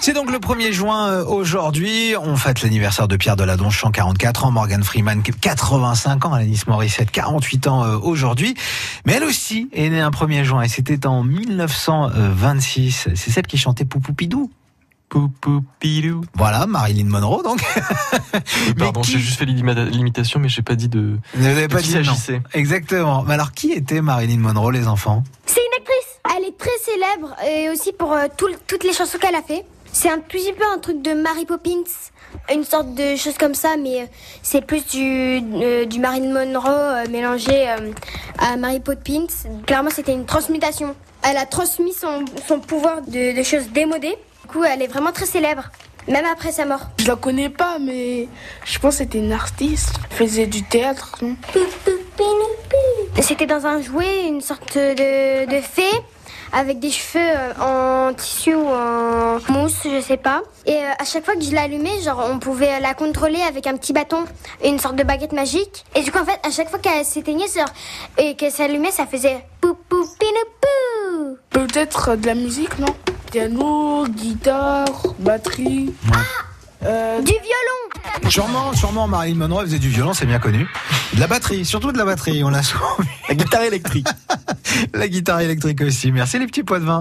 C'est donc le 1er juin aujourd'hui. On fête l'anniversaire de Pierre Deladonchamp, 44 ans, Morgan Freeman, 85 ans, Alanis Morissette, 48 ans aujourd'hui. Mais elle aussi est née un 1er juin et c'était en 1926. C'est celle qui chantait Poupoupidou. Poupoupidou. Voilà, Marilyn Monroe donc. Pardon, j'ai juste fait l'imitation, mais j'ai pas dit de. Vous n'avez pas qui dit s'agissait. Exactement. Mais alors, qui était Marilyn Monroe, les enfants? C'est une actrice. Elle est très célèbre et aussi pour toutes les chansons qu'elle a fait. C'est un petit peu un truc de Mary Poppins, une sorte de chose comme ça, mais c'est plus du Marilyn Monroe mélangé à Mary Poppins. Clairement, c'était une transmutation. Elle a transmis son pouvoir de choses démodées. Du coup, elle est vraiment très célèbre, même après sa mort. Je la connais pas, mais je pense que c'était une artiste. Elle faisait du théâtre. C'était dans un jouet, une sorte de fée, avec des cheveux en tissu ou en mousse, je sais pas. Et à chaque fois que je l'allumais, genre on pouvait la contrôler avec un petit bâton et une sorte de baguette magique. Et du coup en fait, à chaque fois qu'elle s'éteignait et qu'elle s'allumait, ça faisait pou pou pinou pou. Peut-être de la musique, non? Piano, guitare, batterie. Du violon. Sûrement Marilyn Monroe faisait du violon, c'est bien connu. De la batterie, surtout de la batterie, on l'a souvent vu. La guitare électrique. La guitare électrique aussi. Merci les petits pots de vin.